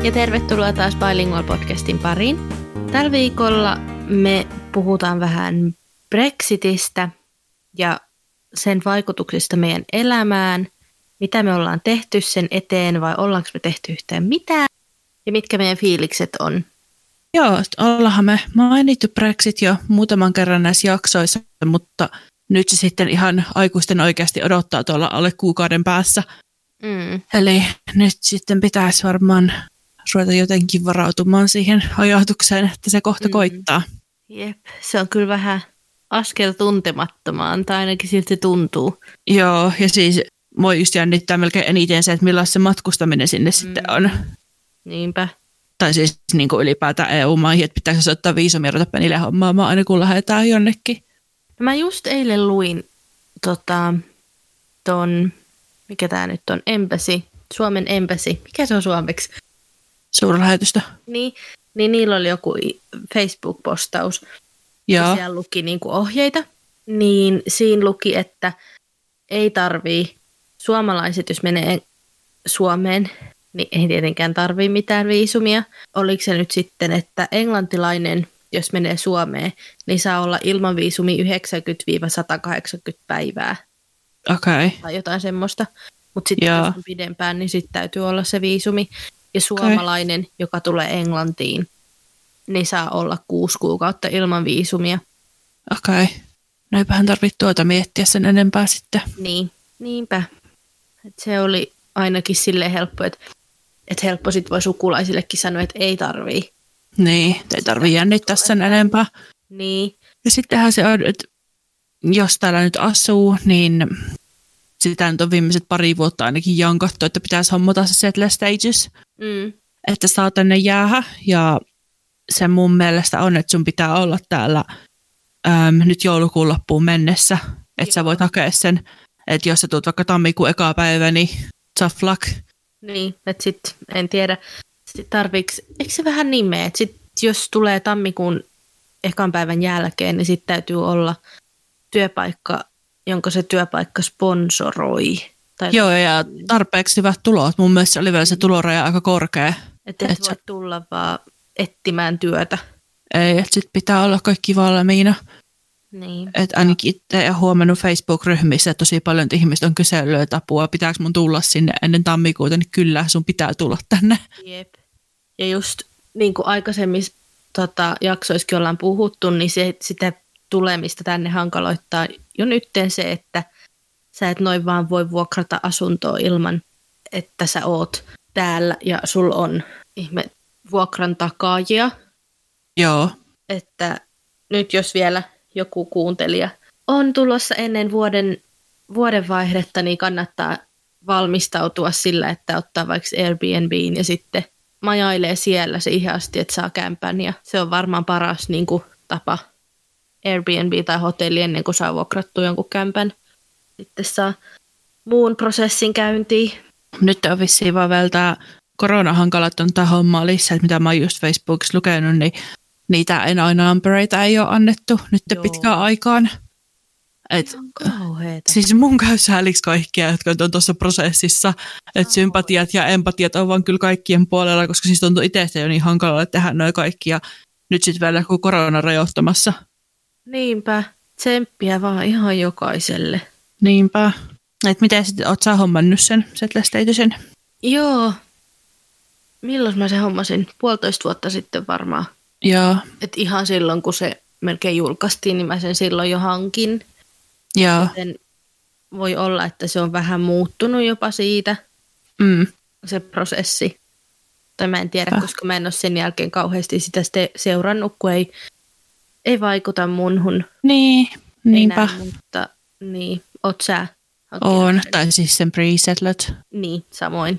Ja tervetuloa taas Bilingual podcastin pariin. Tällä viikolla me puhutaan vähän Brexitistä ja sen vaikutuksista meidän elämään, mitä me ollaan tehty sen eteen vai ollaanko me tehty yhtään mitään ja mitkä meidän fiilikset on. Joo, ollaanhan me mainittu Brexit jo muutaman kerran näissä jaksoissa, mutta nyt se sitten ihan aikuisten oikeasti odottaa tuolla alle kuukauden päässä. Eli nyt sitten pitäisi varmaan ruveta jotenkin varautumaan siihen ajatukseen, että se kohta koittaa. Jep, se on kyllä vähän askel tuntemattomaan, tai ainakin siltä se tuntuu. Joo, ja siis mua just jännittää melkein eniten se, että millaista se matkustaminen sinne sitten on. Niinpä. Tai siis niin kuin ylipäätään EU-maihin, että pitääkö se ottaa viisumia ruveta Penille hommaamaan aina kun lähdetään jonnekin. No mä just eilen luin ton, mikä tää nyt on, Embassy, Suomen Embassy, mikä se on suomeksi? Suurlähetystö. Niin niillä oli joku Facebook-postaus, ja siellä luki niinku ohjeita, niin siinä luki, että ei tarvii suomalaiset, jos menee Suomeen, niin ei tietenkään tarvii mitään viisumia. Oliko se nyt sitten, että englantilainen, jos menee Suomeen, niin saa olla ilman viisumi 90-180 päivää. Okei. Tai jotain semmoista. Mutta sitten jos on pidempään, niin sitten täytyy olla se viisumi. Ja suomalainen, joka tulee Englantiin, niin saa olla 6 kuukautta ilman viisumia. Okei. No eipähän tarvitse tuota miettiä sen enempää sitten. Niin, niinpä. Et se oli ainakin silleen helppo, että helppo sitten voi sukulaisillekin sanoa, että ei tarvii. Niin, ei tarvitse jännittää sen enempää. Niin. Ja sittenhän se on, että jos täällä nyt asuu, niin sitä nyt on viimeiset 2 vuotta ainakin jankattu, että pitäisi hommata se settle status, että saa tänne jäädä. Ja se mun mielestä on, että sun pitää olla täällä nyt joulukuun loppuun mennessä, että sä voit hakea sen, että jos sä tulet vaikka tammikuun eka päivä, niin tough luck. Niin, että sitten en tiedä, eikö se vähän nimeä, että sit, jos tulee tammikuun ekan päivän jälkeen, niin sitten täytyy olla työpaikka, jonka se työpaikka sponsoroi. Joo, ja tarpeeksi hyvät tulot. Mun mielestä oli vielä se tuloraja aika korkea. Että et voi tulla vaan etsimään työtä. Ei, että sitten pitää olla kaikki valmiina. Niin. Että ainakin itse olen huomannut Facebook-ryhmissä, että tosi paljon ihmiset on kysellyt, että apua, pitääkö mun tulla sinne ennen tammikuuta, niin kyllä sun pitää tulla tänne. Jep. Ja just niin kuin aikaisemmissa jaksoissakin ollaan puhuttu, niin sitä tulemista tänne hankaloittaa jo nytten se, että sä et noin vaan voi vuokrata asuntoa ilman, että sä oot täällä ja sul on ihme vuokran takaajia. Joo. Että nyt jos vielä joku kuuntelija on tulossa ennen vuodenvaihdetta, niin kannattaa valmistautua sillä, että ottaa vaikka Airbnbin ja sitten majailee siellä siihen asti, että saa kämpän. Ja se on varmaan paras niin kuin, tapa Airbnb tai hotelli ennen kuin saa vuokrattua jonkun kämpän. Sitten saa muun prosessin käyntiin. Nyt on vissiin vaan vielä tämä koronahankalat on tämä homma lisää, mitä mä oon just Facebookissa lukenut, niin niitä NI-numbereita ei ole annettu nyt pitkään aikaan. Siis mun käy sääliksi kaikkia, jotka on tuossa prosessissa. Että sympatiat ja empatiat on vaan kyllä kaikkien puolella, koska siis tuntuu itsestä jo niin hankalaa tehdä noin kaikki. Ja nyt sitten vielä kun korona rajoittamassa. Niinpä. Tsemppiä vaan ihan jokaiselle. Niinpä. Että miten sitten, oot sä hommannut sen settle statusen? Joo. Milloin mä sen hommasin? 1,5 vuotta sitten varmaan. Joo. Että ihan silloin, kun se melkein julkaistiin, niin mä sen silloin jo hankin. Joo. Joten voi olla, että se on vähän muuttunut jopa siitä, se prosessi. Tai mä en tiedä, koska mä en ole sen jälkeen kauheasti sitä seurannut, kun ei vaikuta munhun. Niin, niinpä. Enää, mutta niin, oot sä? On, tai siis sen pre-settlet. Niin, samoin.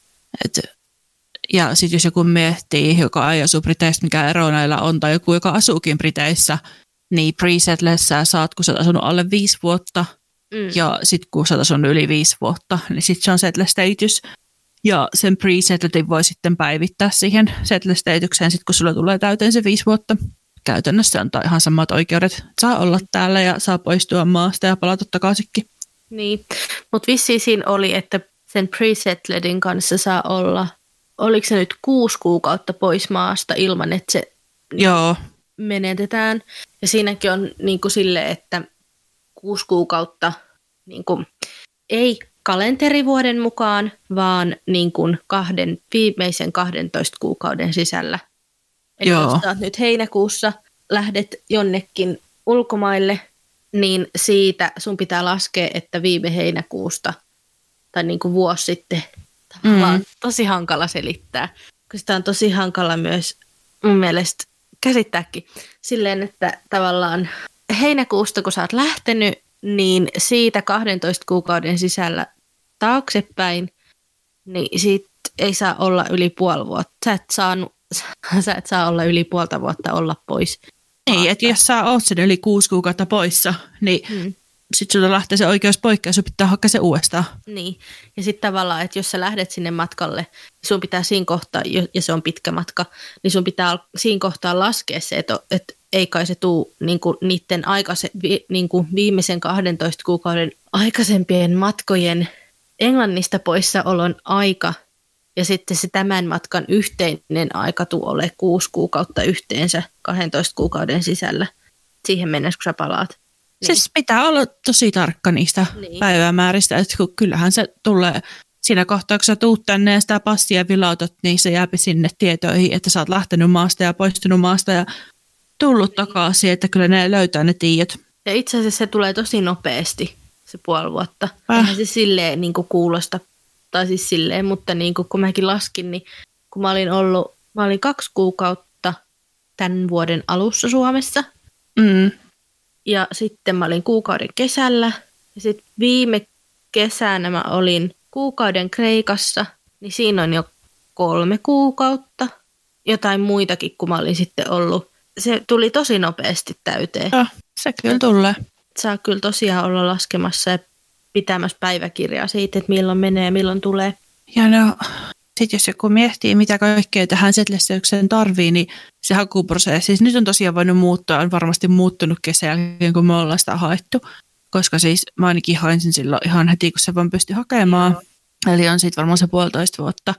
Ja sitten jos joku miettii, joka ei asu Briteissä, mikä ero näillä on, tai joku, joka asuukin Briteissä, niin pre-settlessä saat, kun sä oot asunut alle 5 vuotta, ja sitten kun sä oot asunut yli 5 vuotta, niin sitten se on settle status. Ja sen pre-settletin voi sitten päivittää siihen settle statukseen, sitten kun sulla tulee täyteen se 5 vuotta. Käytännössä antaa ihan samat oikeudet. Saa olla täällä ja saa poistua maasta ja palata takaisinkin. Niin, mutta vissiin siinä oli, että sen pre-settledin kanssa saa olla oliko se nyt 6 kuukautta pois maasta ilman, että se menetetään. Ja siinäkin on niin kuin silleen, että 6 kuukautta niin kuin, ei kalenterivuoden mukaan, vaan niin kuin viimeisen 12 kuukauden sisällä. Eli jos sä oot nyt heinäkuussa, lähdet jonnekin ulkomaille, niin siitä sun pitää laskea, että viime heinäkuusta tai niin kuin vuosi sitten tavallaan tosi hankala selittää. Kun sitä on tosi hankala myös mun mielestä käsittääkin silleen, että tavallaan heinäkuusta kun sä oot lähtenyt, niin siitä 12 kuukauden sisällä taaksepäin, niin siitä ei saa olla yli puoli vuotta. Sä et saa olla yli puolta vuotta olla pois. Ei, että jos sä oot sen yli 6 kuukautta poissa, niin sitten sulla lähtee se oikeus poikkeus, sun pitää hakea se uudestaan. Niin, ja sitten tavallaan, että jos sä lähdet sinne matkalle, niin sun pitää siinä kohtaa, ja se on pitkä matka, niin sun pitää siinä kohtaa laskea se, että ei kai se tule niinku niiden niinku viimeisen 12 kuukauden aikaisempien matkojen Englannista poissaolon aika, ja sitten se tämän matkan yhteinen aika tulee 6 kuukautta yhteensä 12 kuukauden sisällä. Siihen mennessä, kun sä palaat. Niin. Siis pitää olla tosi tarkka niistä päivämääristä, että kyllähän se tulee siinä kohtaa, kun sä tuut tänne ja sitä passia vilautat, niin se jääpi sinne tietoihin, että sä oot lähtenyt maasta ja poistunut maasta ja tullut takaisin, että kyllä ne löytää ne tiedot. Ja itse asiassa se tulee tosi nopeasti, se puoli vuotta. Eihän se silleen niin kuin kuulosta, tai siis silleen, mutta niin kuin, kun mäkin laskin, niin kun mä olin 2 kuukautta tämän vuoden alussa Suomessa, ja sitten mä olin kuukauden kesällä, ja sitten viime kesänä mä olin kuukauden Kreikassa, niin siinä on jo 3 kuukautta, jotain muitakin, kun mä olin sitten ollut. Se tuli tosi nopeasti täyteen. Se kyllä tulee. Saa kyllä tosiaan olla laskemassa ja pitämässä päiväkirjaa siitä, että milloin menee ja milloin tulee. Ja no, sitten jos joku miettii, mitä kaikkea tähän setlestökseen tarvii, niin se hakuprosessi, siis nyt on tosiaan voinut muuttua, on varmasti muuttunut kesän jälkeen, kun me ollaan sitä haettu. Koska siis mä ainakin hain sen silloin ihan heti, kun se vaan pystyi hakemaan. Joo. Eli on sitten varmaan se 1,5 vuotta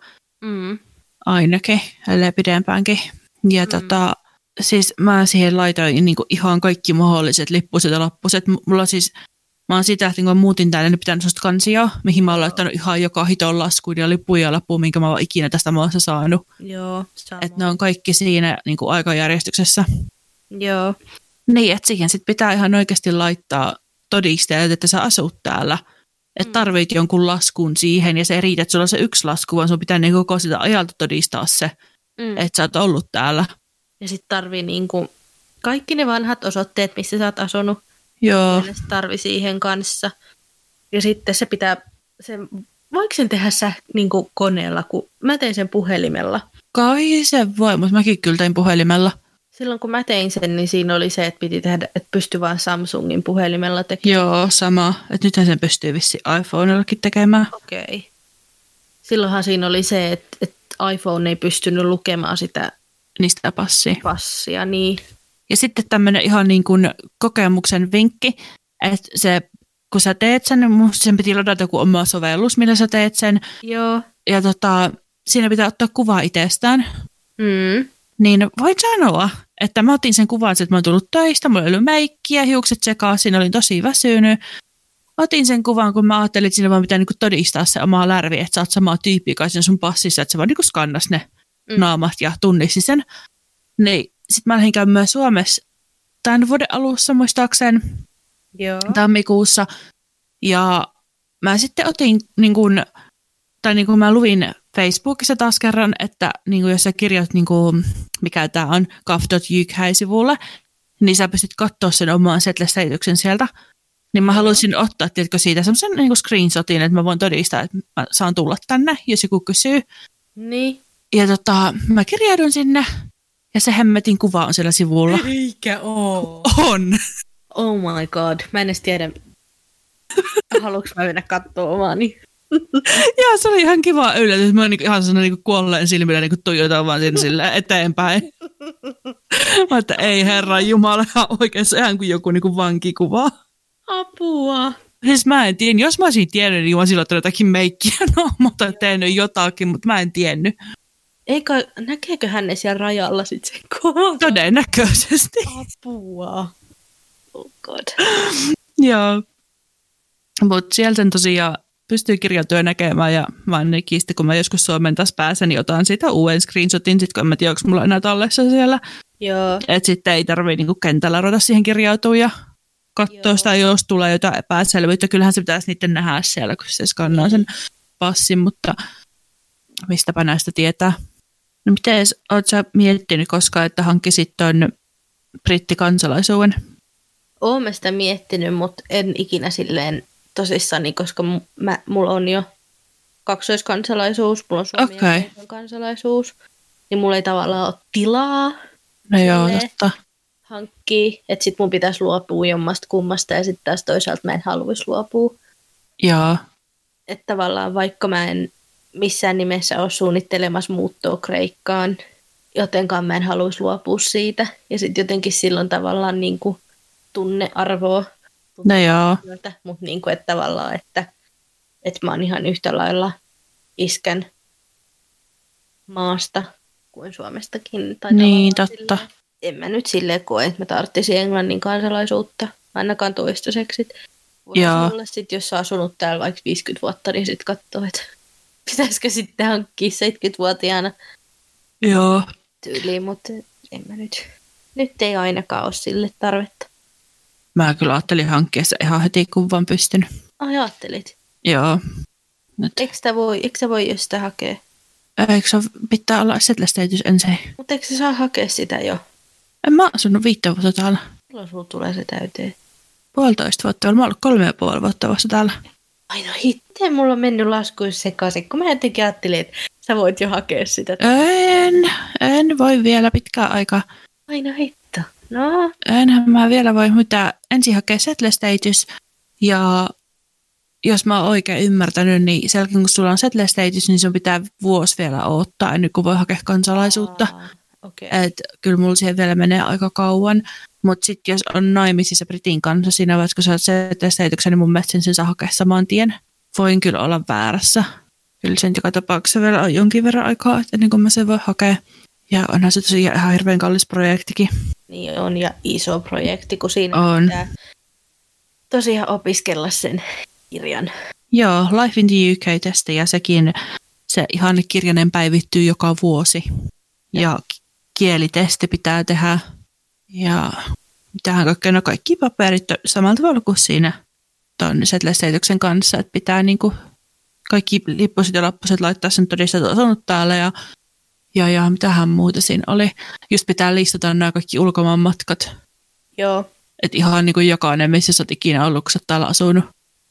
ainakin, ellei pidempäänkin. Ja siis mä siihen laitoin niinku ihan kaikki mahdolliset lippuset ja lappuset. Mulla siis, mä oon sitä, että kun muutin tänne, niin pitänyt sellaista kansia, mihin mä oon laittanut ihan joka hiton laskuun ja lippuja ja lappuun, minkä mä oon ikinä tästä maassa saanut. Joo, että ne on kaikki siinä niinku aikajärjestyksessä. Joo. Niin, että siihen sit pitää ihan oikeasti laittaa todisteet, että sä asut täällä. Että tarvit jonkun laskun siihen ja se ei riitä, että sulla on se 1 lasku, vaan sun pitää niin koko sitä ajalta todistaa se, että sä oot ollut täällä. Ja sitten tarvii niinku kaikki ne vanhat osoitteet, missä sä oot asunut. Joo. Ja se tarvii siihen kanssa. Ja sitten se pitää, voiko sen tehdä niinku koneella, kun mä tein sen puhelimella? Kai se voi, mutta mäkin kyllä tein puhelimella. Silloin kun mä tein sen, niin siinä oli se, että piti tehdä, että pystyi vaan Samsungin puhelimella tekemään. Joo, sama. Että nythän sen pystyy vissiin iPhonellakin tekemään. Okei. Silloinhan siinä oli se, että iPhone ei pystynyt lukemaan sitä niistä passia, niin. Ja sitten tämmöinen ihan niin kuin kokemuksen vinkki, että se, kun sä teet sen, sen piti ladata joku oma sovellus, millä sä teet sen. Joo. Ja siinä pitää ottaa kuva itsestään. Niin voin sanoa, että mä otin sen kuvan, että mä oon tullut töistä, mulla oli meikkiä, hiukset sekaisin, olin tosi väsynyt. Otin sen kuvan, kun mä ajattelin, että siinä vaan pitää niinku todistaa se oma lärvi, että sä oot samaa tyyppiä kai sun passissa, että se vaan niinku skannas ne naamat ja tunnisti sen. Niin sit mä lähdin käymään Suomessa tämän vuoden alussa muistaakseni, tammikuussa. Ja mä sitten otin niin kuin mä luvin Facebookissa taas kerran, että niin kuin jos sä kirjoit, niin kuin, mikä tää on, gov.uk-sivulle, niin sä pystyt katsoa sen oman setlesselityksen sieltä. Niin mä haluaisin ottaa, tiedätkö, siitä semmoisen niin kuin screenshotin, että mä voin todistaa, että mä saan tulla tänne, jos joku kysyy. Niin. Ja mä kirjaudun sinne, ja se hemmetin kuva on siellä sivulla. Eikä oo. On. Oh my god, mä en edes tiedä, haluanko mä mennä katsoa omaani. Joo, se oli ihan kiva yllätys. Mä niinku ihan sellainen niinku kuolleen silmillä niinku tuijotan vaan sinne silleen eteenpäin. Mä että ei herran jumala, oikeassa ihan kuin joku niinku vankikuva. Apua. Siis mä en tiedä, jos mä olisin tiennyt, niin mä silloin ottanut jotakin meikkiä. No, mä oon tehnyt jotakin, mutta mä en tiennyt. Näkeekö hän ne siellä rajalla sitten sen kohdalla? Todennäköisesti. Apua. Oh god. Joo. Mutta sieltä sen tosiaan pystyy kirjatyö näkemään ja mä ainakin sitten, kun mä joskus Suomeen taas pääsen, niin otan siitä uuden screenshotin, sit kun en mä tiedä, onko mulla enää tallessa siellä. Joo. Että sitten ei tarvitse niinku kentällä ruveta siihen kirjautua ja katsoa sitä, jos tulee jotain epäselvyyttä. Kyllähän se pitäisi niiden nähdä siellä, kun se skannaa sen passin, mutta mistäpä näistä tietää. No miten oot sä miettinyt koskaan, että hankkisit ton brittikansalaisuuden? Oon mä sitä miettinyt, mutta en ikinä silleen tosissani, koska mulla on jo kaksoiskansalaisuus, mulla on Suomi ja kansalaisuus, niin mulla ei tavallaan ole tilaa hankkia, että sit mun pitäisi luopua jommasta kummasta ja sitten taas toisaalta mä en haluaisi luopua. Joo. Että tavallaan vaikka mä en missään nimessä ole suunnittelemassa muuttoa Kreikkaan, jotenkaan mä en haluaisi luopua siitä. Ja sitten jotenkin silloin tavallaan niin kuin tunnearvoa. No joo. Mutta niin kuin, että tavallaan, että mä oon ihan yhtä lailla iskän maasta kuin Suomestakin. Tai niin, totta. Silleen. En mä nyt silleen koe, että mä tarvitsin Englannin kansalaisuutta, ainakaan toistaiseksi. Joo. Mulle sit, jos sä asunut täällä vaikka 50 vuotta, niin sit katsoo, että pitäisikö sitten hankkia 70-vuotiaana Joo. tyyliin, mutta en mä nyt ei ainakaan ole sille tarvetta. Mä kyllä ajattelin hankkia se ihan heti, kun vaan pystynyt. Ajattelit? Joo. Nyt. Eikö sä voi jos sitä hakea? Eikö se pitää olla settlestatus ensin? Mutta eikö sä saa hakea sitä jo? En mä asunut 5 vuotta täällä. Milloin sulla tulee se täyteen? 1,5 vuotta. Mä oon ollut 3,5 vuotta vasta täällä. Ai no hitteen, mulla on mennyt laskuissa sekaisin, kun mä jotenkin ajattelin, että sä voit jo hakea sitä. En voi vielä pitkään aikaa. Ai no hitto. No. Enhän mä vielä voi mitään. Ensin hakea settle status ja jos mä oon oikein ymmärtänyt, niin selkeä kun sulla on settle status, niin sun pitää vuosi vielä odottaa ennen kuin voi hakea kansalaisuutta. Okay. Et kyllä mulla siihen vielä menee aika kauan. Mutta sitten jos on naimisissa Britin kanssa siinä vaiheessa, kun sä oot settle statuksen, niin mun mielestä sen saa hakea saman tien. Voin kyllä olla väärässä. Kyllä sen joka tapauksessa vielä on jonkin verran aikaa, että ennen kuin mä sen voi hakea. Ja onhan se tosiaan ihan hirveän kallis projektikin. Niin on, ja iso projekti, kun siinä on. Pitää tosiaan opiskella sen kirjan. Joo, Life in the UK-testi ja sekin, se ihan kirjanen päivittyy joka vuosi. Ja kielitesti pitää tehdä. Ja mitähän kaikkea, no kaikki paperit samalla tavalla kuin siinä ton settle-statuksen kanssa, että pitää niinku kaikki lippuset ja lappuset laittaa sen todistaa, että asunut täällä ja mitähän muuta siinä oli. Just pitää listata nämä kaikki ulkomaan matkat. Joo. Että ihan niin kuin jokainen, missä sä oot ikinä ollut, kun sä oot täällä asunut.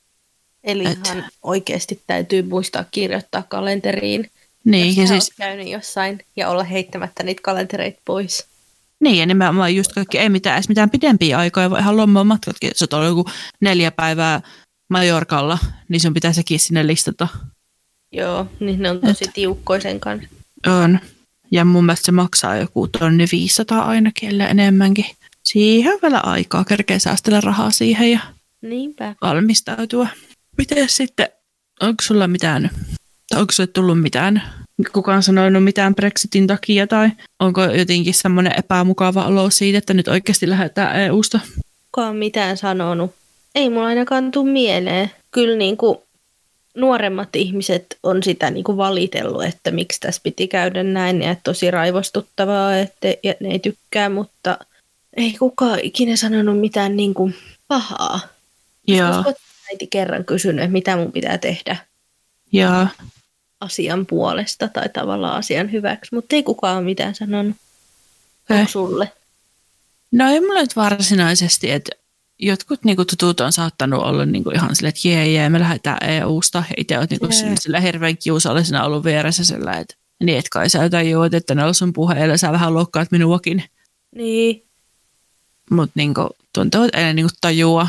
Eli ihan oikeasti täytyy muistaa kirjoittaa kalenteriin. Niin, jos ja siis käynyt jossain ja olla heittämättä niitä kalentereita pois. Niin, ja nimenomaan just kaikki, ei edes mitään pidempiä aikoja, vaan ihan lomman matkatkin. Jos oot ollut joku 4 päivää Majorkalla, niin sun pitää sekin sinne listata. Joo, niin ne on tosi tiukkoja sen kanssa. On. Ja mun mielestä se maksaa joku 500 ainakin, ellei enemmänkin. Siihen on vielä aikaa, kerkeä säästellä rahaa siihen ja niinpä valmistautua. Miten sitten, onko sulla mitään, onko sulle tullut mitään, kukaan sanonut mitään Brexitin takia tai onko jotenkin semmoinen epämukava olo siitä, että nyt oikeasti lähdetään EUsta? Kukaan mitään sanonut. Ei mulla ainakaan tule mieleen. Kyllä niin kuin nuoremmat ihmiset on sitä niin kuin valitellut, että miksi tässä piti käydä näin ja että tosi raivostuttavaa, että ne ei tykkää, mutta ei kukaan ikinä sanonut mitään niin kuin pahaa. Joo. Äiti kerran kysynyt, että mitä mun pitää tehdä Joo. asian puolesta tai tavallaan asian hyväksi, mutta ei kukaan ole mitään sanonut. Onko sulle? No ei mulle nyt varsinaisesti, että jotkut niinku tutut on saattanut olla niinku ihan silleen, että jee, me lähdetään EUsta. Ja itse olet niinku sillä hirveän kiusallisena ollut vieressä sillä, että niin et kai sä tajuat, että ne on sun puheilla, sä vähän loukkaat minuakin. Niin. Mutta niinku, tuntuu, että ei niinku tajua.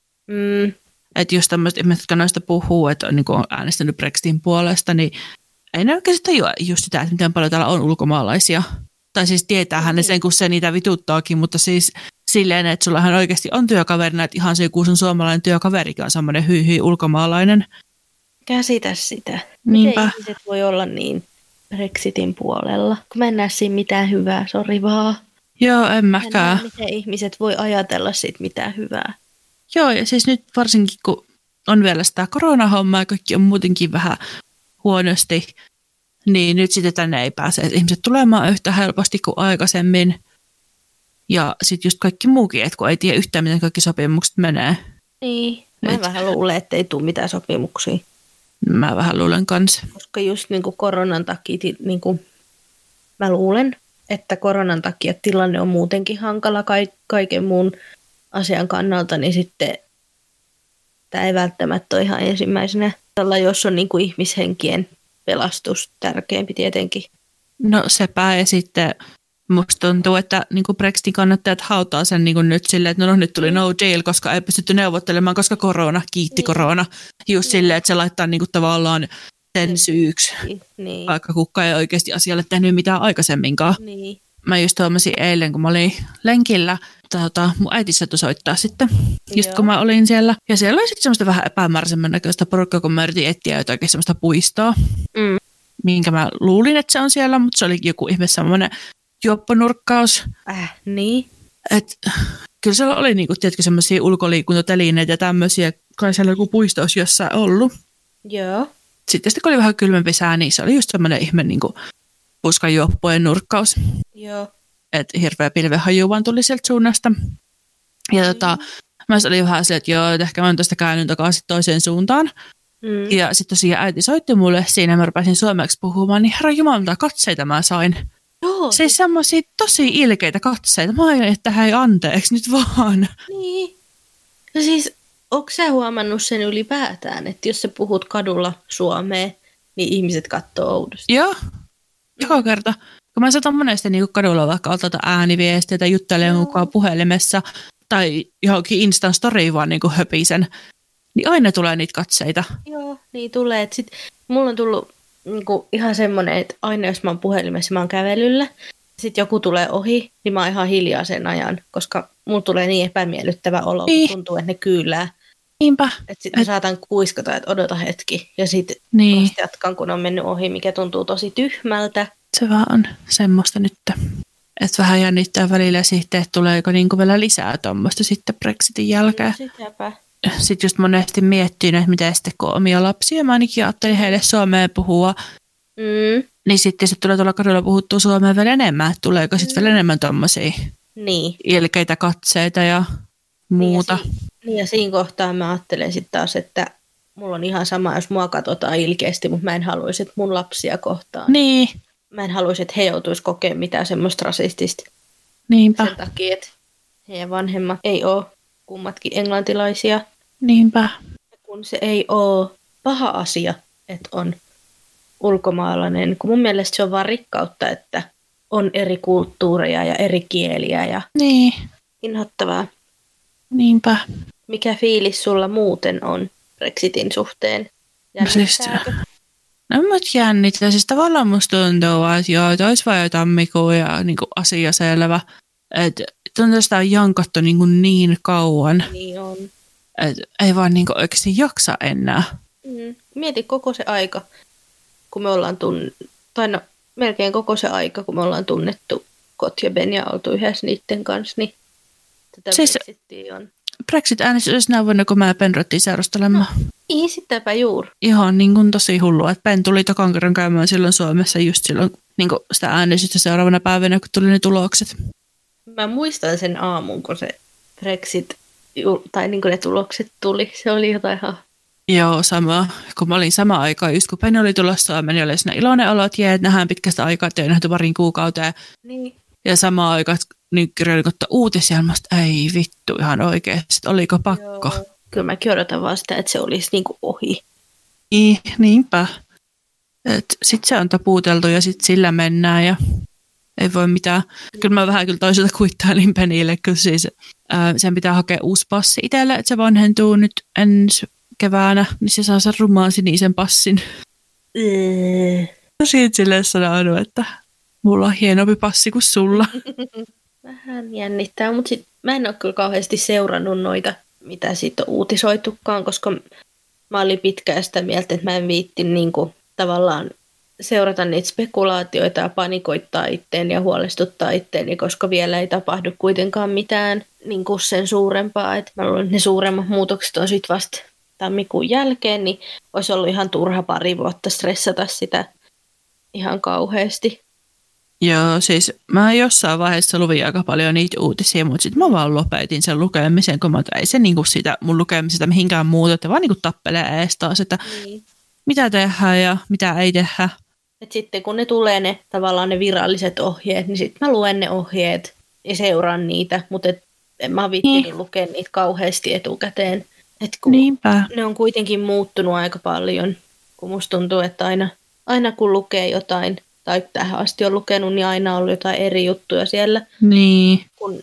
Että jos tämmöiset ihmiset, jotka noista puhuu, että on, niinku, on äänestänyt Brexitin puolesta, niin ei ne oikeasti tajua just sitä, että miten paljon täällä on ulkomaalaisia. Tai siis tietäähän ne sen, kun se niitä vituttaakin, mutta siis silleen, että sullahan oikeasti on työkaverina, että ihan se joku sun suomalainen työkaverikin on semmoinen hyi ulkomaalainen. Käsitä sitä. Niinpä. Miten ihmiset voi olla niin Brexitin puolella. Kun mä en näe siinä mitään hyvää, sori vaan. Joo, en Mä en mäkään. näe, miten ihmiset voi ajatella siitä mitään hyvää. Joo, ja siis nyt varsinkin, kun on vielä sitä koronahommaa ja kaikki on muutenkin vähän huonosti, niin nyt sitten tänne ei pääse ihmiset tulemaan yhtä helposti kuin aikaisemmin. Ja sitten just kaikki muukin, että kun ei tiedä yhtään, miten kaikki sopimukset menee. Niin, mä vähän luulen, että ei tule mitään sopimuksia. Mä vähän luulen kanssa. Koska just niin kuin koronan takia, niin kuin mä luulen, että koronan takia tilanne on muutenkin hankala kaiken muun asian kannalta, niin sitten tämä ei välttämättä ole ihan ensimmäisenä. Tällä jos on niin kuin ihmishenkien pelastus tärkeämpi tietenkin. No sepä, ja sitten musta tuntuu, että niin kuin Brexitin kannattajat hautaa sen niin kuin nyt silleen, että no nyt tuli no deal, koska ei pystytty neuvottelemaan, koska korona, kiitti korona. Just silleen, että se laittaa niin kuin tavallaan sen syyksi, vaikka kukaan ei oikeasti asialle tehnyt mitään aikaisemminkaan. Niin. Mä just huomasin eilen, kun mä olin lenkillä, mun äiti sattui soittaa sitten, just kun mä olin siellä. Ja siellä oli sitten semmoista vähän epämääräisemmän näköistä porukkaa, kun mä yritin etsiä jotakin semmoista puistoa, minkä mä luulin, että se on siellä, mutta se oli joku ihme semmoinen juopponurkkaus. Niin. Et, kyllä siellä oli niinku, tiedätkö, semmoisia ulkoliikuntatelineitä ja tämmöisiä, kai siellä joku puisto olisi jossain ollut. Joo. Sitten kun oli vähän kylmempi sää, niin se oli just semmoinen ihme niinku puskajuoppojen nurkkaus. Joo. Että hirveä pilvehaju vaan tuli sieltä suunnasta. Ja mä olin vähän se, että joo, että ehkä mä oon tästä käynyt takaisin toiseen suuntaan. Ja sitten tosiaan äiti soitti mulle siinä, ja mä rupesin suomeksi puhumaan, niin herra jumala, mitä katseita mä sain. Joo. Siis semmoisia tosi ilkeitä katseita. Mä ajattelin, että hei anteeksi nyt vaan. Niin. No siis, onko sä huomannut sen ylipäätään, että jos sä puhut kadulla suomea, niin ihmiset katsoo oudosti? Joo, joka kerta. Kun mä saatan monesti niin kadulla vaikka ottaa ääniviestiä tai juttelen mukaan puhelimessa tai johonkin Instan storyin vaan niin höpisen, niin aina tulee niitä katseita. Joo, niin tulee. Sitten mulla on tullut niinku ihan semmoinen, että aina jos mä oon puhelimessa, mä oon kävelyllä, sitten joku tulee ohi, niin mä oon ihan hiljaa sen ajan, koska mulla tulee niin epämiellyttävä olo, kun tuntuu, että ne kyylää. Niinpä. Että sitten mä saatan kuiskata, että odota hetki, ja sitten vasta jatkan, kun on mennyt ohi, mikä tuntuu tosi tyhmältä. Se vaan on semmoista nyt. Että vähän jännittää välillä sitten, että tuleeko niinku vielä lisää tuommoista sitten Brexitin jälkeen. Sitäpä. Sitten just monesti miettii, että miten sitten kun on omia lapsia, mä ainakin ajattelin heille suomeen puhua, niin sitten se tulee tuolla kadulla puhuttua suomeen vielä enemmän, että tuleeko sitten vielä enemmän tuommoisia ilkeitä katseita ja muuta. Niin ja siinä kohtaa mä ajattelen sitten taas, että mulla on ihan sama, jos mua katsotaan ilkeästi, mutta mä en haluaisi, että mun lapsia kohtaan. Niin. Mä en haluaisi, että he joutuisi kokemaan mitään semmoista rasistista. Niinpä. Sen takia, että heidän vanhemmat ei ole kummatkin englantilaisia. Niinpä. Kun se ei ole paha asia, että on ulkomaalainen, kun mun mielestä se on vaan rikkautta, että on eri kulttuureja ja eri kieliä ja inhottavaa. Niinpä. Mikä fiilis sulla muuten on Brexitin suhteen? No mut jännittää. Siis tavallaan musta tuntuu, että joo, että olisi vaan jo tammikuu ja niin asia selvä. Että tuntuu, sitä on jankattu niin kauan. Niin on. Että ei vaan niin oikeasti jaksa enää. Mieti koko se aika, kun me ollaan melkein koko se aika, kun me ollaan tunnettu Kot ja Ben ja oltu yhdessä niiden kanssa, niin tätä siis Brexitia on. Brexit-äänestys olisi näin vuonna, kun mä ja Ben ruvettiin seurustelemaan. No, ei sitäpä juuri. Ihan niin kuin tosi hullua, että Ben tuli tokan kerran käymään silloin Suomessa just silloin niin kuin sitä äänestystä seuraavana päivänä, kun tuli ne tulokset. Mä muistan sen aamun, kun se Brexit, tai niin kuin ne tulokset tuli. Se oli jotain ihan... Joo, sama. Kun mä olin sama aikaa, just kun Ben oli tulossa, meni oli siinä iloinen olo, että jee, nähdään pitkästä aikaa, että ei nähty parin kuukauteen. Niin. Ja sama aikaa, niin kirjoitin uutisia, että ei vittu ihan oikeasti, oliko pakko. Joo. Kyllä mäkin odotan vaan sitä, että se olisi niin kuin ohi. Niinpä. Sitten se on taputeltu ja sitten sillä mennään ja ei voi mitään. Kyllä mä vähän toisaalta kuittailin Penille, kun siis sen pitää hakea uusi passi itselle, että se vanhentuu nyt ensi keväänä, niin se saa sen rumaan sinisen passin. Siitä silleen sanonut, että mulla on hienompi passi kuin sulla. Vähän jännittää, mutta sit mä en ole kyllä kauheasti seurannut noita, mitä siitä on uutisoitukaan, koska mä olin pitkään sitä mieltä, että mä en viitti niinku tavallaan seurata niitä spekulaatioita ja panikoittaa itteeni ja huolestuttaa itteeni, koska vielä ei tapahdu kuitenkaan mitään niin kuin sen suurempaa. Et mä luulen, että ne suuremmat muutokset on sitten vasta tammikuun jälkeen, niin olisi ollut ihan turha pari vuotta stressata sitä ihan kauheasti. Joo, siis mä jossain vaiheessa luvin aika paljon niitä uutisia, mutta sitten mä vaan lopetin sen lukemisen, kun ei se niinku sitä mun lukemisesta mihinkään muuta, että vaan niinku tappelee ees taas, että mitä tehdään ja mitä ei tehdä. Et sitten kun ne tulee ne tavallaan ne viralliset ohjeet, niin sitten mä luen ne ohjeet ja seuraan niitä, mutta en mä viittinyt lukea niitä kauheasti etukäteen. Et kun Niinpä. Ne on kuitenkin muuttunut aika paljon, kun musta tuntuu, että aina kun lukee jotain, tai tähän asti on lukenut, niin aina on ollut jotain eri juttuja siellä. Niin. Kun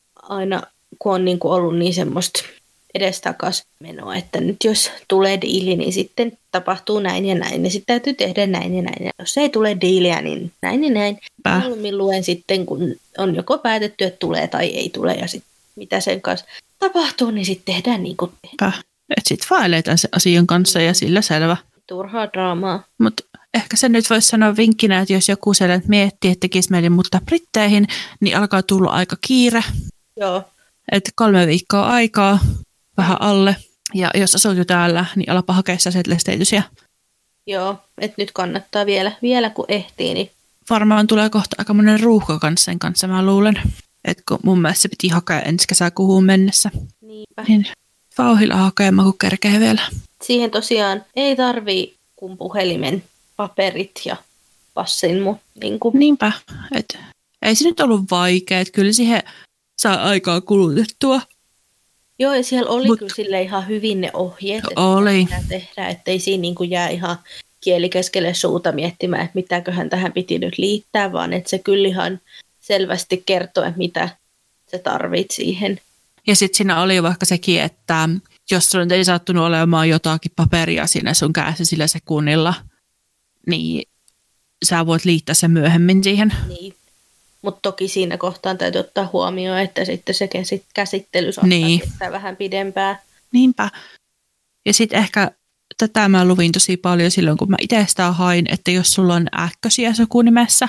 on niin kuin ollut niin semmoista edestakas menoa, että nyt jos tulee diili, niin sitten tapahtuu näin ja näin, ja sitten täytyy tehdä näin ja näin. Ja jos ei tule diiliä, niin näin ja näin. Mieluummin luen sitten, kun on joko päätetty, että tulee tai ei tule, ja sitten mitä sen kanssa tapahtuu, niin sitten tehdään niin kuin tehdään. Että sitten vaan eletään sen asian kanssa ja sillä selvä. Turhaa draamaa. Mutta ehkä se nyt voisi sanoa vinkkinä, että jos joku siellä miettii, että tekisi meille muuttaa Britteihin, niin alkaa tulla aika kiire. Joo. Että 3 viikkoa aikaa, vähän alle. Ja jos asut jo täällä, niin alapa hakea settlestatusia. Joo, että nyt kannattaa vielä kun ehtii. Niin varmaan tulee kohta aika monen ruuhka kanssa sen kanssa, mä luulen. Että kun mun mielestä se piti hakea ensi kesäkuuhun mennessä. Niinpä. Niin vauhdilla hakemaan, kun kerkee vielä. Siihen tosiaan ei tarvii kuin puhelimen, paperit ja passin. Niinpä. Et ei se nyt ollut vaikea. Et kyllä siihen saa aikaa kulutettua. Joo, ja siellä oli kyllä sille ihan hyvin ne ohjeet, että oli. mitä tehdään, ettei siinä niin kuin jää ihan kieli keskelle suuta miettimään, että mitäköhän tähän piti nyt liittää, vaan että se kyllä ihan selvästi kertoo, että mitä sä tarvit siihen. Ja sitten siinä oli vaikka sekin, että jos sulla ei sattunut olemaan jotakin paperia siinä sun kädessä sillä sekunnilla, niin sä voit liittää sen myöhemmin siihen. Niin. Mutta toki siinä kohtaan täytyy ottaa huomioon, että sitten se käsittely saattaa kestää vähän pidempään. Niinpä. Ja sitten ehkä tätä mä luvin tosi paljon silloin, kun mä itse sitä hain, että jos sulla on äkkösiä sukunimessä,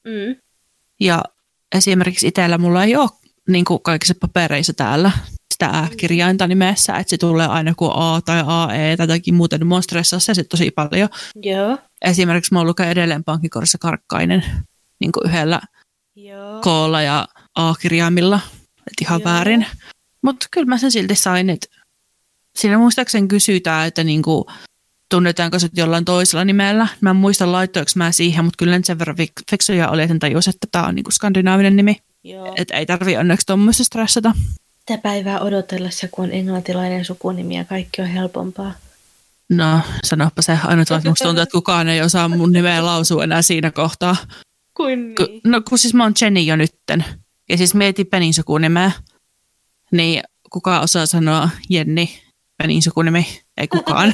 ja esimerkiksi itsellä mulla ei ole niin kuin kaikissa papereissa täällä sitä ä-kirjainta nimessä, että se tulee aina kuin A tai AE tai jotakin muuta, niin mua stressaa se tosi paljon. Joo. Esimerkiksi mä lukee edelleen pankkikorissa Karkkainen niin kuin yhdellä K:lla ja A-kirjaimilla, että ihan väärin. Mutta kyllä mä sen silti sain, että siinä muistaakseni kysytään, että niinku, tunnetaanko se jollain toisella nimellä. Mä en muista laittoinko mä siihen, mutta kyllä sen verran fiksuja oli, että tajus, että tämä on niinku skandinaavinen nimi. Että ei tarvitse onneksi tuommoista stressata. Sitä päivää odotellessa, kun on englantilainen sukunimi ja kaikki on helpompaa. No, sanoppa se. Aina musta tuntuu, että kukaan ei osaa mun nimeä lausua enää siinä kohtaa. Kuin niin? No kun siis mä oon Jenny jo nytten. Ja siis mietin Penin sukunimeä. Niin kukaan osaa sanoa Jenny, Penin sukunimi. Ei kukaan.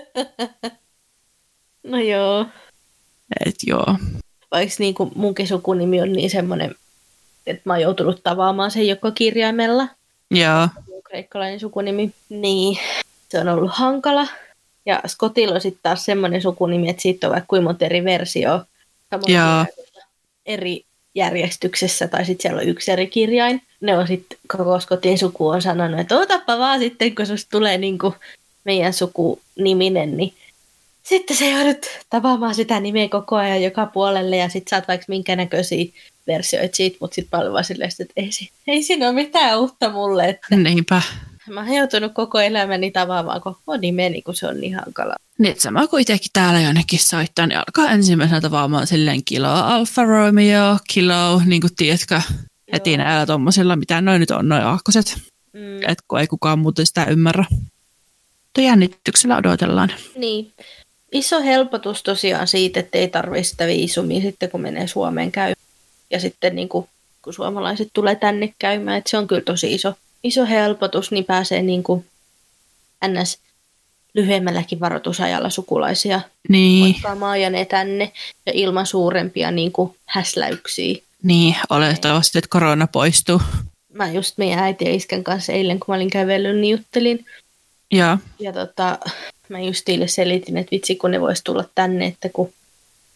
No joo. Et joo. Vaikka niin kuin munkin sukunimi on niin semmoinen, että mä oon joutunut tavaamaan sen joko kirjaimella. Joo. Kreikkalainen sukunimi. Niin, se on ollut hankala. Ja Scottilla on sitten taas semmoinen sukunimi, että siitä on vaikka kuinka monta eri versiota. Samoin eri järjestyksessä, tai sitten siellä on yksi eri kirjain. Ne on sitten, koko Scottin suku on sanonut, että otappa vaan sitten, kun susta tulee niinku meidän sukuniminen, niin sitten se joudut tavaamaan sitä nimeä koko ajan joka puolelle, ja sitten saat vaikka minkä näköisiä versioita siitä, mutta sitten paljon vaan silleen, että ei siinä ole mitään uutta mulle. Että niinpä. Mä oon joutunut koko elämäni tavaamaan koko nimeni, kun se on niin hankala. Niin, sama kuin itsekin täällä jonnekin soittaa, niin alkaa ensimmäisenä tavaamaan silleen Kilo Alfa Romeo, Kilo, niin kuin tiedätkö, heti näillä tommosilla, mitä noin nyt on, noin aakkoset. Että kun ei kukaan muuten sitä ymmärrä. Mutta jännityksellä odotellaan. Niin. Iso helpotus tosiaan siitä, että ei tarvitse sitä viisumia sitten, kun menee Suomeen käymään. Ja sitten niin kun suomalaiset tulee tänne käymään, että se on kyllä tosi iso helpotus, niin pääsee niin kuin ns. Lyhyemmälläkin varoitusajalla sukulaisia moikkaamaan ja ne tänne ja ilman suurempia niin kuin häsläyksiä. Niin, olettavasti, että korona poistuu. Mä just meidän äiti ja iskän kanssa eilen, kun mä olin kävellyt, niin juttelin. Ja mä just niille selitin, että vitsi, kun ne vois tulla tänne, että kun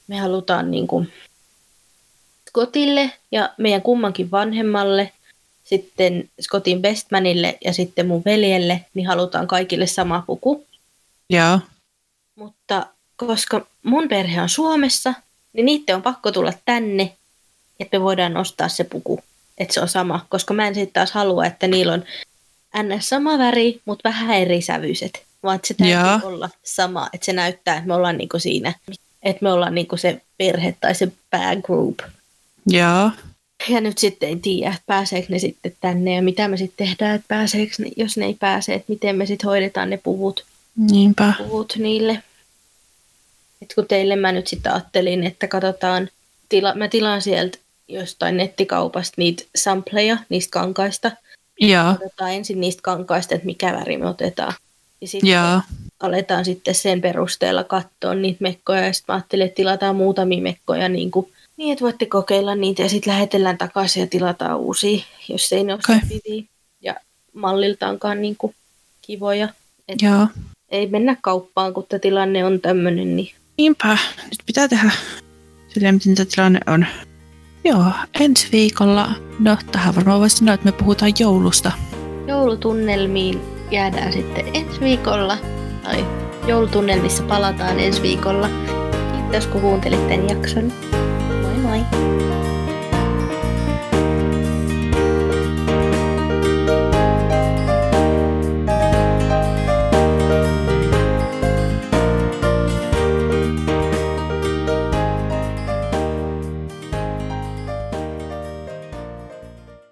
me halutaan niin kuin Scottille ja meidän kummankin vanhemmalle, sitten Scottin bestmanille ja sitten mun veljelle, niin halutaan kaikille sama puku. Joo. Mutta koska mun perhe on Suomessa, niin niiden on pakko tulla tänne, että me voidaan ostaa se puku, että se on sama. Koska mä en sitten taas halua, että niillä on ns. Sama väri, mutta vähän eri sävyiset. Vaan että se täytyy olla sama, että se näyttää, että me ollaan niinku siinä, että me ollaan niinku se perhe tai se bad group. Joo. Ja nyt sitten ei tiedä, että pääseekö ne sitten tänne ja mitä me sitten tehdään, että pääseekö ne, jos ne ei pääse, että miten me sitten hoidetaan ne puvut. Niinpä. Puvut niille. Et kun teille mä nyt sitten ajattelin, että katsotaan, mä tilaan sieltä jostain nettikaupasta niitä sampleja, niistä kankaista. Joo. Katsotaan ensin niistä kankaista, että mikä väri me otetaan. Ja sitten aletaan sitten sen perusteella katsoa niitä mekkoja. Ja sitten mä ajattelin, että tilataan muutamia mekkoja niin, että voitte kokeilla niitä ja sitten lähetellään takaisin ja tilataan uusia, jos ei ne ole sopivia. Ja malliltaankaan niin kuin kivoja. Joo. Ei mennä kauppaan, kun tämä tilanne on tämmöinen. Niin. Niinpä, nyt pitää tehdä silleen, miten tämä tilanne on. Joo, ensi viikolla, no tähän varmaan voisi sanoa, että me puhutaan joulusta. Joulutunnelmiin jäädään sitten ensi viikolla, tai joulutunnelmissa palataan ensi viikolla. Kiitos kun kuuntelit tämän jakson.